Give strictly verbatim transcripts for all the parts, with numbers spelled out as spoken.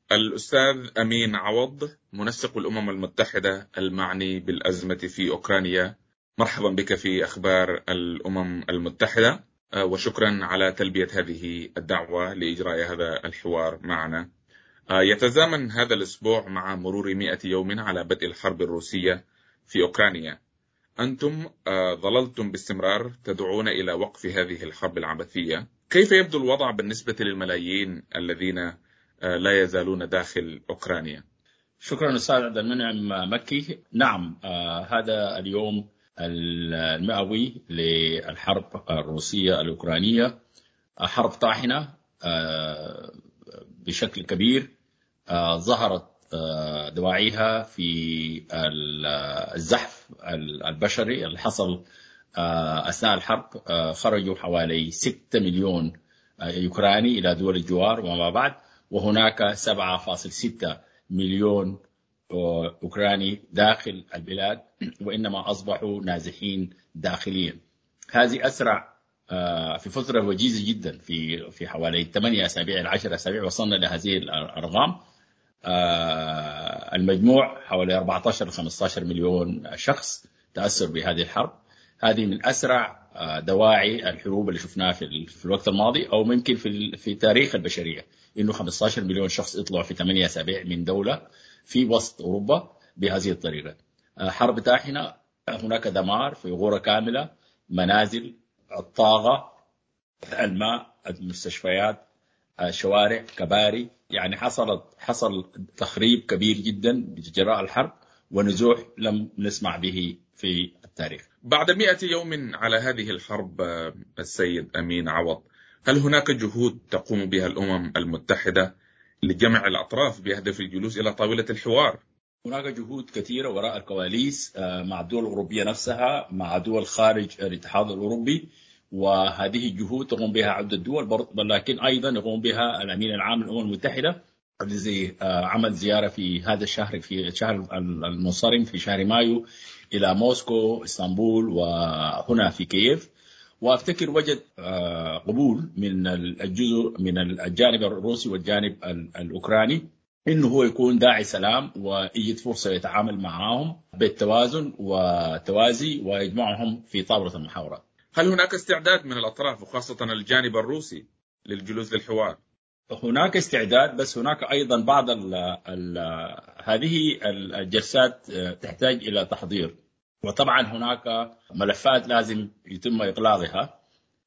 الأستاذ أمين عوض، منسق الأمم المتحدة المعني بالأزمة في أوكرانيا، مرحبا بك في أخبار الأمم المتحدة، وشكرا على تلبية هذه الدعوة لإجراء هذا الحوار معنا. يتزامن هذا الأسبوع مع مرور مئة يوم على بدء الحرب الروسية في أوكرانيا. أنتم ظللتم باستمرار تدعون إلى وقف هذه الحرب العبثية. كيف يبدو الوضع بالنسبة للملايين الذين لا يزالون داخل أوكرانيا؟ شكرا أستاذ عبد المنعم مكي. نعم، آه هذا اليوم المئوي للحرب الروسية الأوكرانية، حرب طاحنة آه بشكل كبير. آه ظهرت آه دواعيها في الزحف البشري اللي حصل آه أثناء الحرب. آه خرجوا حوالي ستة مليون آه يوكراني إلى دول الجوار وما بعد، وهناك سبعة فاصلة ستة مليون أوكراني داخل البلاد، وإنما أصبحوا نازحين داخليا. هذه أسرع في فترة وجيزة جدا، في في حوالي ثمانية أسابيع إلى عشرة أسابيع وصلنا لهذه الأرقام. المجموع حوالي أربعة عشر إلى خمسة عشر مليون شخص تأثر بهذه الحرب. هذه من أسرع دواعي الحروب اللي شفناها في في الوقت الماضي، أو ممكن في في تاريخ البشرية، إنه خمسة عشر مليون شخص يطلعوا في ثمانية أسابيع من دولة في وسط أوروبا بهذه الطريقة. حرب طاحنة، هناك دمار في غورة كاملة، منازل، الطاقة، الماء، المستشفيات، شوارع، كباري. يعني حصلت حصل تخريب كبير جدا بجراء الحرب، ونزوح لم نسمع به في التاريخ. بعد مئة يوم على هذه الحرب، السيد أمين عوض، هل هناك جهود تقوم بها الأمم المتحدة لجمع الأطراف بهدف الجلوس إلى طاولة الحوار؟ هناك جهود كثيرة وراء الكواليس مع الدول الأوروبية نفسها، مع دول خارج الاتحاد الأوروبي، وهذه الجهود تقوم بها عدة دول، لكن أيضا يقوم بها الأمين العام للأمم المتحدة الذي عمل زيارة في هذا الشهر، في الشهر المنصرم في شهر مايو، إلى موسكو، اسطنبول، وهنا في كييف. وافتكر وجد قبول من الجزء من الجانب الروسي والجانب الأوكراني إنه هو يكون داعي سلام، ويجد فرصة يتعامل معهم بالتوازن والتوازي ويجمعهم في طاولة المحاورات. هل هناك استعداد من الأطراف وخاصة الجانب الروسي للجلوس للحوار؟ هناك استعداد، بس هناك أيضا بعض ال ال هذه الجلسات تحتاج إلى تحضير، وطبعا هناك ملفات لازم يتم إغلاقها،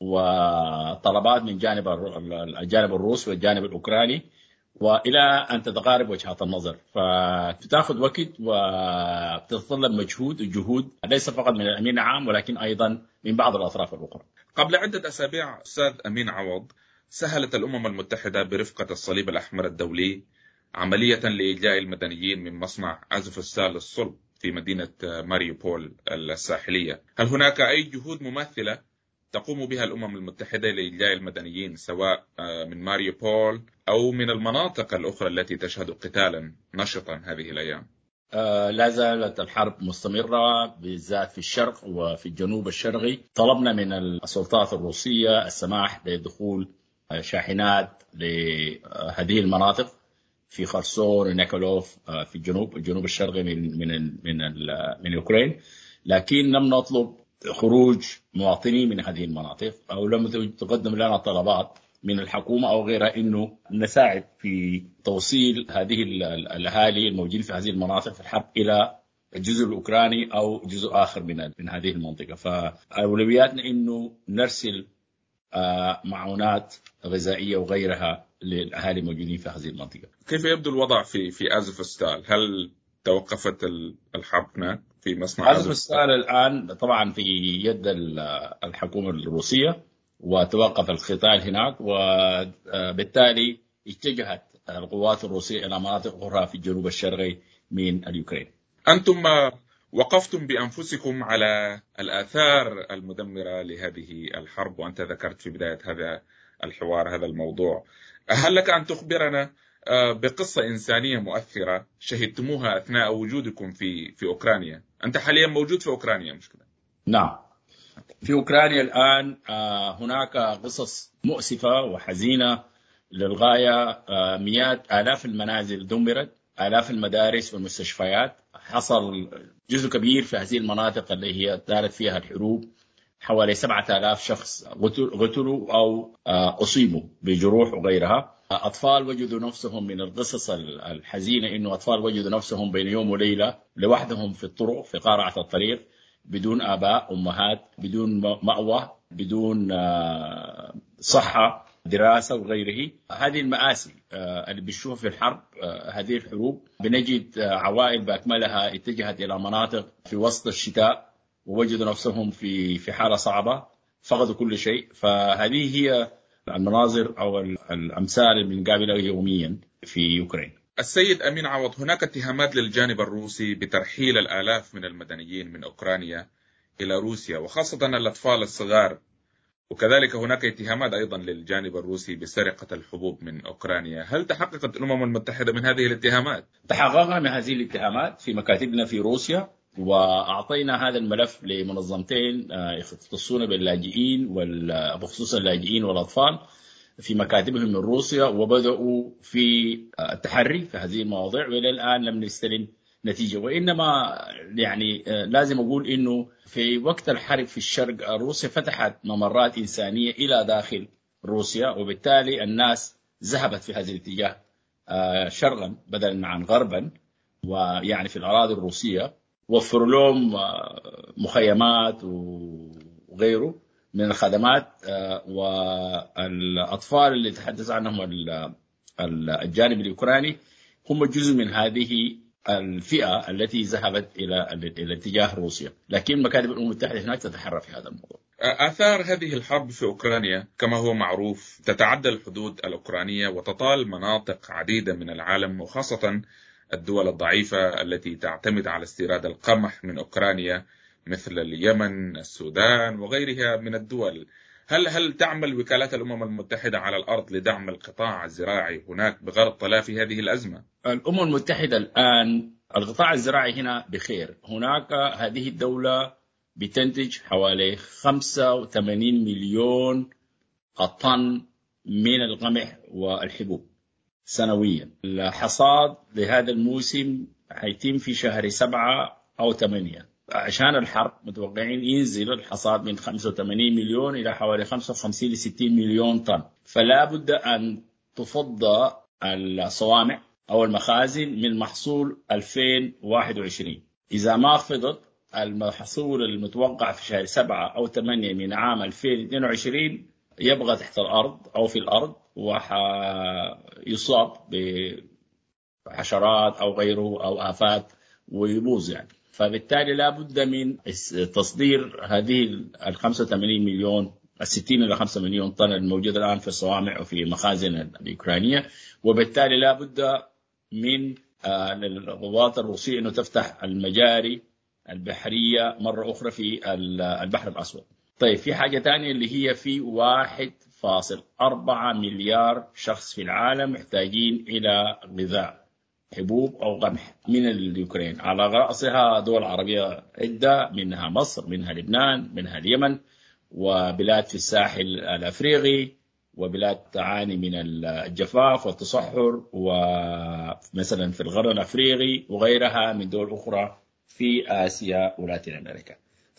وطلبات من جانب الجانب الروسي والجانب الأوكراني، وإلى أن تتقارب وجهات النظر. فتأخذ وقت وتتطلب مجهود وجهود، ليس فقط من الأمين العام ولكن أيضا من بعض الأطراف الأخرى. قبل عدة أسابيع أستاذ أمين عوض، سهلت الأمم المتحدة برفقة الصليب الأحمر الدولي عملية لإجلاء المدنيين من مصنع أزوفستال للصلب في مدينة ماريوبول الساحلية. هل هناك أي جهود مماثلة تقوم بها الأمم المتحدة لإجلاء المدنيين، سواء من ماريوبول أو من المناطق الأخرى التي تشهد قتالا نشطا هذه الأيام؟ آه لا زالت الحرب مستمرة، بالذات في الشرق وفي الجنوب الشرقي. طلبنا من السلطات الروسية السماح بدخول شاحنات لهذه المناطق في خرسون ونيكولوف في الجنوب الجنوب الشرقي من من من من اوكران، لكن لم نطلب خروج مواطنين من هذه المناطق، او لم تقدم لنا طلبات من الحكومة أو غيرها إنه نساعد في توصيل هذه الأهالي الموجودين في هذه المناطق في الحرب إلى الجزء الأوكراني أو جزء آخر من من هذه المنطقة. فأولوياتنا إنه نرسل معونات غذائية وغيرها للأهالي الموجودين في هذه المنطقة. كيف يبدو الوضع في في أزوفستال؟ هل توقفت الحرب هناك في مصنع أزوفستال؟ الآن طبعا في يد الحكومة الروسية، وتوقف القتال هناك، وبالتالي اتجهت القوات الروسية إلى مناطق أخرى في الجنوب الشرقي من اليوكرين. أنتم وقفتم بأنفسكم على الآثار المدمرة لهذه الحرب، وأنت ذكرت في بداية هذا الحوار هذا الموضوع. هل لك أن تخبرنا بقصة إنسانية مؤثرة شهدتموها أثناء وجودكم في في أوكرانيا؟ أنت حاليا موجود في أوكرانيا مش كده؟ نعم، في أوكرانيا الآن هناك قصص مؤسفة وحزينة للغاية. مئات آلاف المنازل دمرت، آلاف المدارس والمستشفيات. حصل جزء كبير في هذه المناطق اللي هي دارت فيها الحروب، حوالي سبعة آلاف شخص قتلوا أو أصيبوا بجروح وغيرها. أطفال وجدوا نفسهم، من القصص الحزينة إنه أطفال وجدوا نفسهم بين يوم وليلة لوحدهم في الطرق، في قارعة الطريق، بدون آباء أمهات، بدون مأوى، بدون صحة، دراسة وغيره. هذه المآسي اللي بنشوفها في الحرب، هذه الحروب، بنجد عوائل بأكملها اتجهت إلى مناطق في وسط الشتاء ووجدوا نفسهم في في حالة صعبة، فقدوا كل شيء. فهذه هي المناظر أو الأمثال اللي بنقابلها يوميا في يوكرين. السيد أمين عوض، هناك اتهامات للجانب الروسي بترحيل الآلاف من المدنيين من أوكرانيا إلى روسيا، وخاصة الأطفال الصغار، وكذلك هناك اتهامات أيضا للجانب الروسي بسرقة الحبوب من أوكرانيا. هل تحققت الأمم المتحدة من هذه الاتهامات؟ تحققنا من هذه الاتهامات في مكاتبنا في روسيا، وأعطينا هذا الملف لمنظمتين يختصون باللاجئين وبخصوص اللاجئين والأطفال في مكاتبهم من روسيا، وبدأوا في التحري في هذه المواضيع، وإلى الآن لم نستلم نتيجة. وإنما يعني لازم أقول إنه في وقت الحرب في الشرق، روسيا فتحت ممرات إنسانية إلى داخل روسيا، وبالتالي الناس ذهبت في هذا الاتجاه شرقا بدلا عن غربا، ويعني في الأراضي الروسية وفروا لهم مخيمات وغيره من الخدمات. والأطفال اللي تحدث عنهم الجانب الأوكراني هم جزء من هذه الفئة التي ذهبت إلى إلى اتجاه روسيا، لكن مكاتب الأمم المتحدة هناك تتحرك في هذا الموضوع. آثار هذه الحرب في أوكرانيا كما هو معروف تتعدى الحدود الأوكرانية وتطال مناطق عديدة من العالم، وخاصة الدول الضعيفة التي تعتمد على استيراد القمح من أوكرانيا مثل اليمن، السودان وغيرها من الدول. هل هل تعمل وكالات الأمم المتحدة على الأرض لدعم القطاع الزراعي هناك بغرض تلافي هذه الأزمة؟ الأمم المتحدة الآن القطاع الزراعي هنا بخير. هناك هذه الدولة بتنتج حوالي خمسة وثمانين مليون طن من القمح والحبوب سنويا. الحصاد لهذا الموسم حيتم في شهر سبعة أو ثمانية. عشان الحرب متوقعين ينزل الحصاد من خمسة وثمانين مليون إلى حوالي خمسة وخمسين لستين مليون طن. فلا بد أن تفضى الصوامع أو المخازن من محصول ألفين وواحد وعشرين. إذا ما فضت المحصول المتوقع في شهر سبعة أو ثمانية من عام ألفين واثنين وعشرين يبقى تحت الأرض أو في الأرض ويصاب بحشرات أو غيره أو آفات ويبوظ يعني. فبالتالي لا بد من تصدير هذه ال خمسة وثمانين مليون الستين إلى خمسة مليون طن الموجودة الآن في الصوامع وفي مخازن الأوكرانية، وبالتالي لا بد من القوات الروسية أنه تفتح المجاري البحرية مرة أخرى في البحر الأسود. طيب في حاجة تانية اللي هي في واحد فاصل أربعة مليار شخص في العالم محتاجين إلى غذاء، حبوب أو قمح من اليوكرين، على رأسها دول عربية عدة، منها مصر، منها لبنان، منها اليمن، وبلاد في الساحل الأفريقي، وبلاد تعاني من الجفاف والتصحر، ومثلا في الغرب الأفريقي وغيرها من دول أخرى في آسيا ولاتين أمريكا.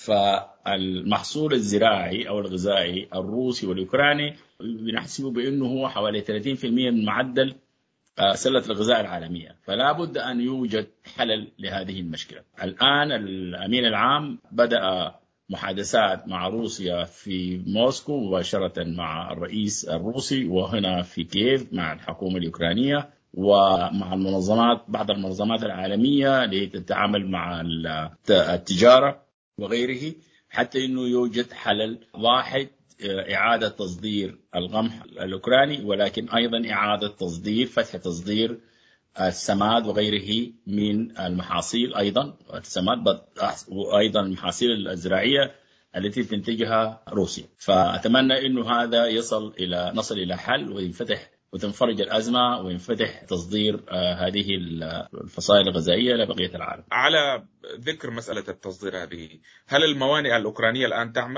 فالمحصول الزراعي أو الغذائي الروسي والأوكراني بنحسبه بأنه هو حوالي ثلاثين بالمئة من معدل سلة الغذاء العالمية. فلا بد أن يوجد حل لهذه المشكلة. الآن الأمين العام بدأ محادثات مع روسيا في موسكو مباشرة مع الرئيس الروسي، وهنا في كييف مع الحكومة الأوكرانية ومع المنظمات، بعض المنظمات العالمية لتتعامل مع التجارة وغيره، حتى أنه يوجد حل واحد، إعادة تصدير القمح الأوكراني، ولكن أيضا إعادة تصدير فتح تصدير السماد وغيره من المحاصيل، أيضا السماد وأيضا المحاصيل الزراعية التي تنتجها روسيا. فأتمنى أنه هذا يصل إلى نصل إلى حل وينفتح وتنفرج الأزمة وينفتح تصدير هذه الفصائل الغذائية لبقية العالم. على ذكر مسألة التصدير هذه، هل الموانئ الأوكرانية الآن تعمل؟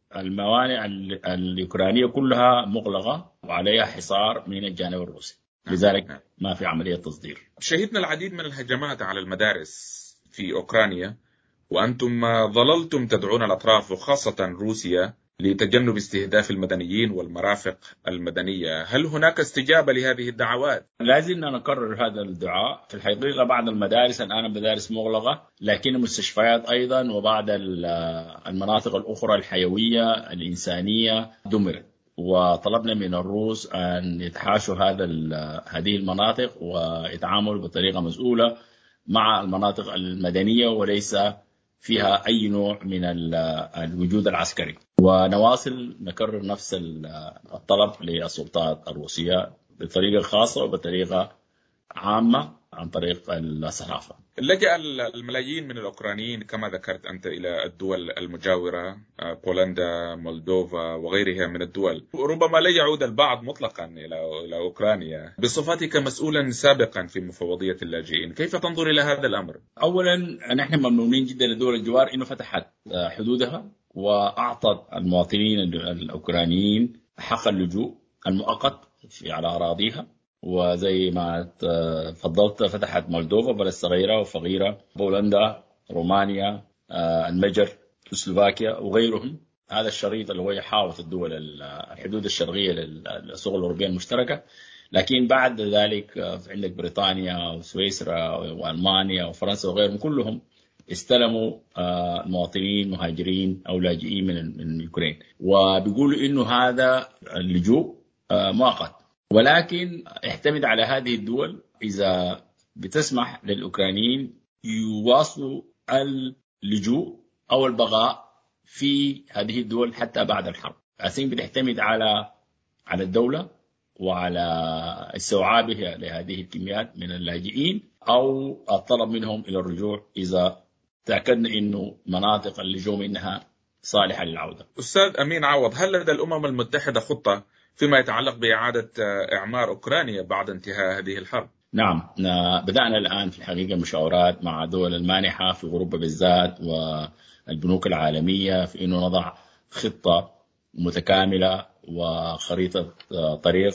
الموانئ الأوكرانية كلها مغلقة وعليها حصار من الجانب الروسي، لذلك ما في عملية تصدير. شهدنا العديد من الهجمات على المدارس في أوكرانيا، وأنتم ظللتم تدعون الأطراف وخاصة روسيا لتجنب استهداف المدنيين والمرافق المدنية. هل هناك استجابة لهذه الدعوات؟ لازلنا نكرر هذا الدعاء. في الحقيقة بعض المدارس الآن مدارس مغلقة، لكن المستشفيات أيضا وبعض المناطق الأخرى الحيوية الإنسانية دمرت، وطلبنا من الروس أن يتحاشوا هذا هذه المناطق ويتعاملوا بطريقة مسؤولة مع المناطق المدنية وليس فيها أي نوع من الوجود العسكري. ونواصل نكرر نفس الطلب للسلطات الروسية بطريقة خاصة وبطريقة عامة عن طريق الصحافة. لجأ الملايين من الأوكرانيين كما ذكرت أنت إلى الدول المجاورة، بولندا، مولدوفا وغيرها من الدول. ربما لا يعود البعض مطلقا إلى إلى أوكرانيا. بصفتك مسؤولا سابقا في مفوضية اللاجئين، كيف تنظر إلى هذا الأمر؟ أولا نحن ممنونين جدا لدول الجوار إنه فتحت حدودها وأعطت المواطنين الأوكرانيين حق اللجوء المؤقت على أراضيها، وزي ما تفضلت فتحت مولدوفا بلد صغيرة وفقيرة، بولندا، رومانيا، المجر، سلوفاكيا وغيرهم. هذا الشريط اللي هو يحاوط الدول الحدود الشرقية للسوق الأوروبية المشتركة. لكن بعد ذلك عندك بريطانيا وسويسرا وألمانيا وفرنسا وغيرهم كلهم استلموا المواطنين مهاجرين أو لاجئين من من اليوكرين، وبيقولوا إنه هذا اللجوء مؤقت، ولكن اعتمد على هذه الدول إذا بتسمح للأوكرانيين يواصلوا اللجوء أو البقاء في هذه الدول حتى بعد الحرب. أسين بتعتمد على على الدولة وعلى استوعابها لهذه الكميات من اللاجئين أو الطلب منهم إلى الرجوع إذا تأكدنا إنه مناطق اللجوء منها صالحة للعودة. أستاذ أمين عوض، هل لدى الأمم المتحدة خطة فيما يتعلق بإعادة إعمار أوكرانيا بعد انتهاء هذه الحرب؟ نعم، بدأنا الآن في الحقيقة مشاورات مع دول المانحة في أوروبا بالذات والبنوك العالمية في إنه نضع خطة متكاملة وخريطة طريق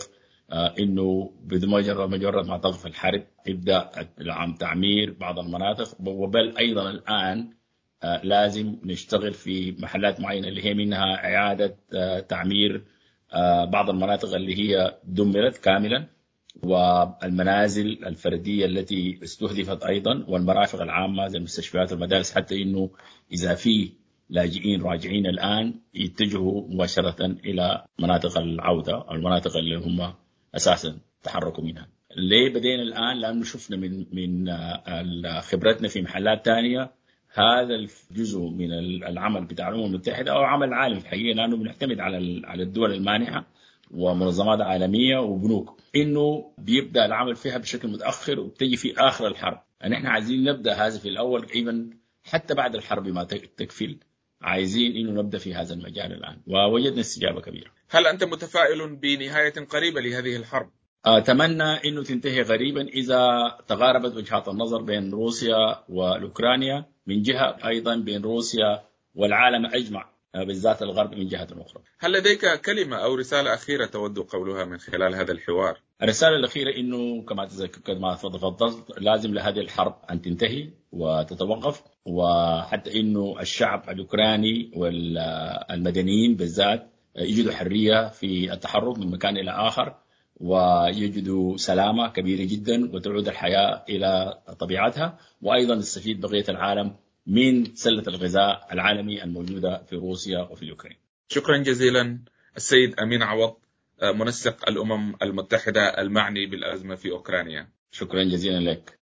إنه بمجرد مجرد ما تقف الحرب يبدأ العام تعمير بعض المناطق، وبل أيضا الآن لازم نشتغل في محلات معينة اللي هي منها إعادة تعمير بعض المناطق اللي هي دمرت كاملا، والمنازل الفردية التي استهدفت أيضا، والمرافق العامة زي المستشفيات والمدارس، حتى إنه إذا في لاجئين راجعين الآن يتجهوا مباشرة إلى مناطق العودة أو المناطق اللي هم أساسا تحركوا منها. ليه بدينا الآن؟ لأنه شفنا من من خبرتنا في محلات تانية هذا الجزء من العمل بتاع الأمم المتحدة أو عمل عالمي في الحقيقة، لأنه بنعتمد على على الدول المانحة ومنظمات عالمية وبنوك، إنه بيبدأ العمل فيها بشكل متأخر وبتجي في آخر الحرب. يعني إحنا عايزين نبدأ هذا في الأول أيضا حتى بعد الحرب ما تكفل، عايزين إنه نبدأ في هذا المجال الآن، ووجدنا استجابة كبيرة. هل أنت متفائل بنهاية قريبة لهذه الحرب؟ أتمنى إنه تنتهي قريبا إذا تقاربت وجهات النظر بين روسيا والأوكرانيا من جهة، أيضا بين روسيا والعالم أجمع بالذات الغرب من جهة أخرى. هل لديك كلمة أو رسالة أخيرة تود قولها من خلال هذا الحوار؟ الرسالة الأخيرة إنه كما كما تفضلت لازم لهذه الحرب أن تنتهي وتتوقف، وحتى إنه الشعب الأوكراني والمدنيين بالذات يجدوا حرية في التحرك من مكان إلى آخر، ويجدوا سلامة كبيرة جدا، وتعود الحياة إلى طبيعتها، وأيضا يستفيد بقية العالم من سلة الغذاء العالمي الموجودة في روسيا وفي اليوكرين. شكرا جزيلا السيد أمين عوض، منسق الأمم المتحدة المعني بالأزمة في أوكرانيا. شكرا جزيلا لك.